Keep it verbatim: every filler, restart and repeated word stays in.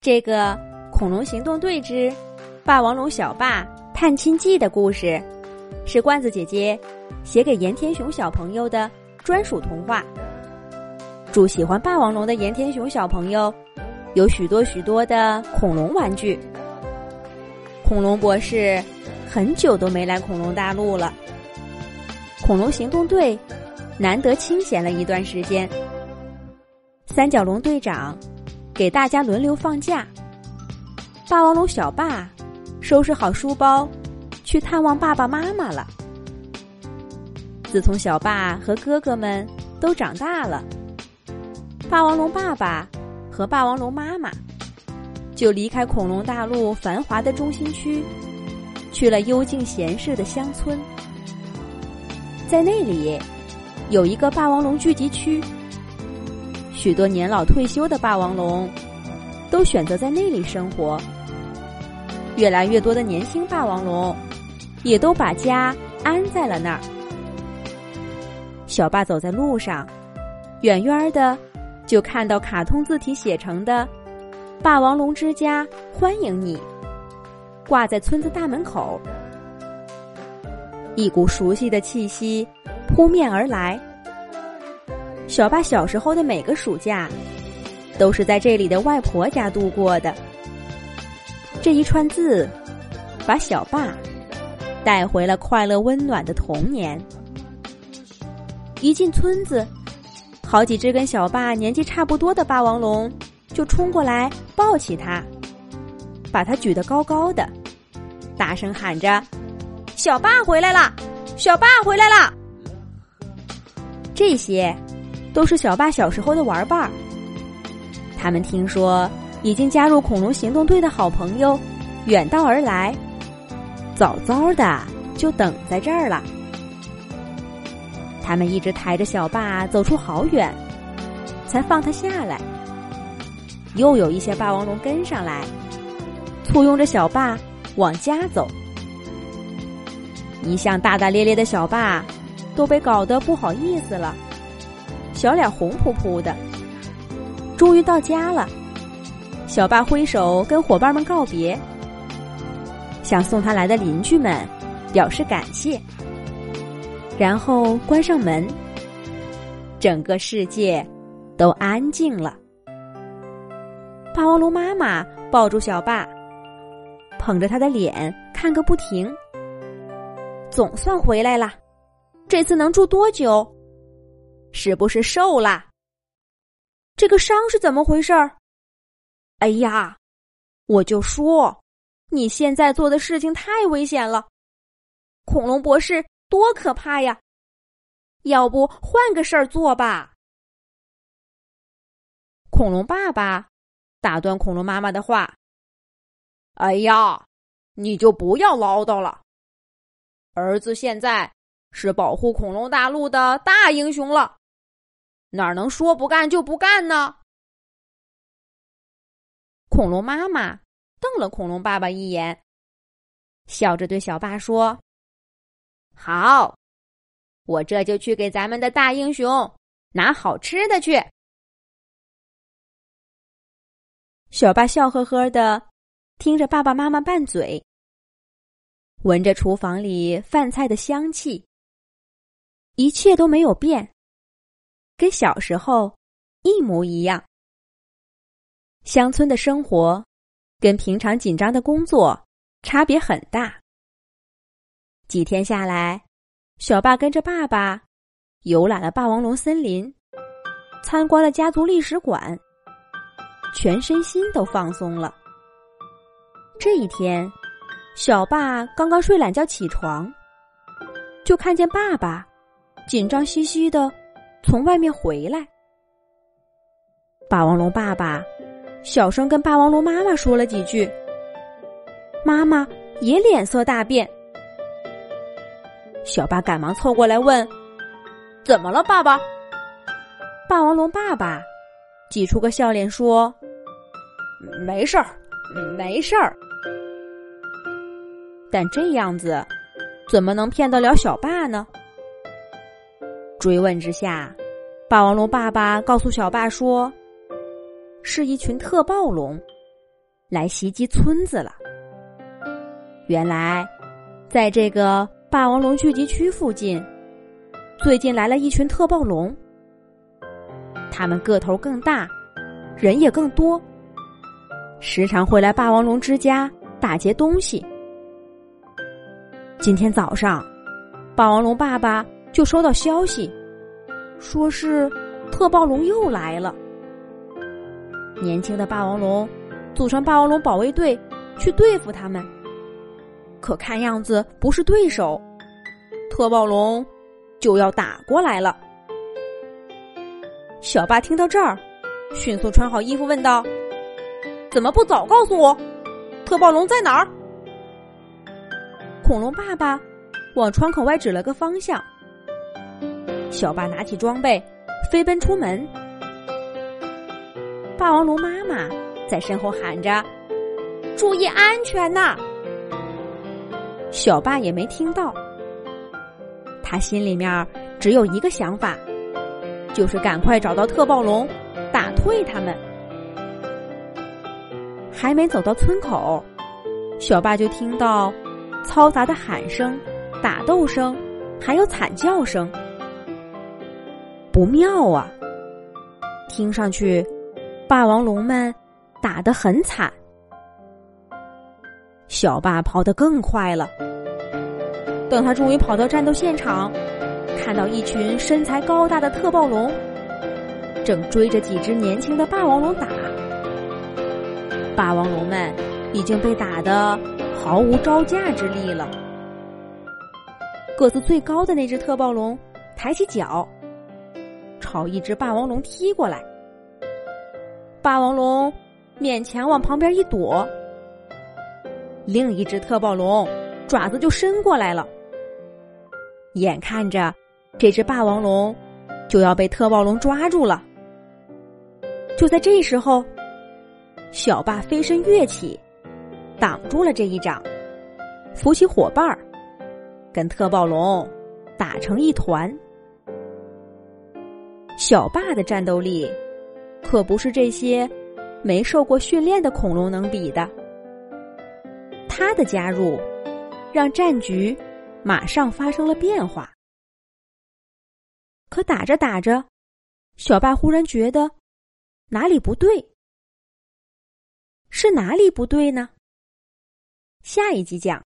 这个《恐龙行动队之霸王龙小霸探亲记》的故事，是罐子姐姐写给盐田熊小朋友的专属童话。祝喜欢霸王龙的盐田熊小朋友有许多许多的恐龙玩具。恐龙博士很久都没来恐龙大陆了，恐龙行动队难得清闲了一段时间。三角龙队长给大家轮流放假，霸王龙小霸收拾好书包去探望爸爸妈妈了。自从小霸和哥哥们都长大了，霸王龙爸爸和霸王龙妈妈就离开恐龙大陆繁华的中心区，去了幽静闲适的乡村。在那里有一个霸王龙聚集区，许多年老退休的霸王龙都选择在那里生活。越来越多的年轻霸王龙也都把家安在了那儿。小霸走在路上，远远的就看到卡通字体写成的“霸王龙之家欢迎你”挂在村子大门口。一股熟悉的气息扑面而来。小霸小时候的每个暑假都是在这里的外婆家度过的。这一串字把小霸带回了快乐温暖的童年。一进村子，好几只跟小霸年纪差不多的霸王龙就冲过来抱起他，把他举得高高的，大声喊着：“小霸回来了！小霸回来了！”这些都是小霸小时候的玩伴儿。他们听说已经加入恐龙行动队的好朋友远道而来，早早的就等在这儿了。他们一直抬着小霸走出好远，才放他下来。又有一些霸王龙跟上来，簇拥着小霸往家走。一向大大咧咧的小霸都被搞得不好意思了，小脸红扑扑的。终于到家了，小霸挥手跟伙伴们告别，向送他来的邻居们表示感谢，然后关上门。整个世界都安静了。霸王龙妈妈抱住小霸，捧着他的脸看个不停。总算回来了，这次能住多久？是不是瘦了？这个伤是怎么回事儿？哎呀，我就说，你现在做的事情太危险了。恐龙博士多可怕呀！要不换个事儿做吧？恐龙爸爸打断恐龙妈妈的话：“哎呀，你就不要唠叨了。儿子现在是保护恐龙大陆的大英雄了，哪能说不干就不干呢？”恐龙妈妈瞪了恐龙爸爸一眼，笑着对小霸说：“好，我这就去给咱们的大英雄拿好吃的去。”小霸笑呵呵的听着爸爸妈妈拌嘴，闻着厨房里饭菜的香气，一切都没有变，跟小时候一模一样。乡村的生活跟平常紧张的工作差别很大。几天下来，小霸跟着爸爸游览了霸王龙森林，参观了家族历史馆，全身心都放松了。这一天，小霸刚刚睡懒觉起床，就看见爸爸紧张兮兮的从外面回来。霸王龙爸爸小声跟霸王龙妈妈说了几句，妈妈也脸色大变。小霸赶忙凑过来问：“怎么了，爸爸？”霸王龙爸爸挤出个笑脸说：“没事儿，没事儿。”但这样子怎么能骗得了小霸呢？追问之下，霸王龙爸爸告诉小霸说，是一群特暴龙， 来袭击村子了。原来，在这个霸王龙聚集区附近，最近来了一群特暴龙。他们个头更大，人也更多，时常会来霸王龙之家打劫东西。今天早上，霸王龙爸爸就收到消息，说是特暴龙又来了。年轻的霸王龙组成霸王龙保卫队去对付他们，可看样子不是对手，特暴龙就要打过来了。小爸听到这儿，迅速穿好衣服问道：怎么不早告诉我？特暴龙在哪儿？恐龙爸爸往窗口外指了个方向。小爸拿起装备飞奔出门。霸王龙妈妈在身后喊着：注意安全呐！小爸也没听到，他心里面只有一个想法，就是赶快找到特暴龙，打退他们。还没走到村口，小爸就听到嘈杂的喊声、打斗声，还有惨叫声。不妙啊！听上去，霸王龙们打得很惨。小爸跑得更快了。等他终于跑到战斗现场，看到一群身材高大的特暴龙正追着几只年轻的霸王龙打。霸王龙们已经被打得毫无招架之力了。个子最高的那只特暴龙抬起脚，朝一只霸王龙踢过来。霸王龙勉强往旁边一躲，另一只特暴龙爪子就伸过来了。眼看着这只霸王龙就要被特暴龙抓住了。就在这时候，小爸飞身跃起，挡住了这一掌，扶起伙伴儿，跟特暴龙打成一团。小爸的战斗力可不是这些没受过训练的恐龙能比的。他的加入让战局马上发生了变化。可打着打着，小爸忽然觉得哪里不对。是哪里不对呢？下一集讲。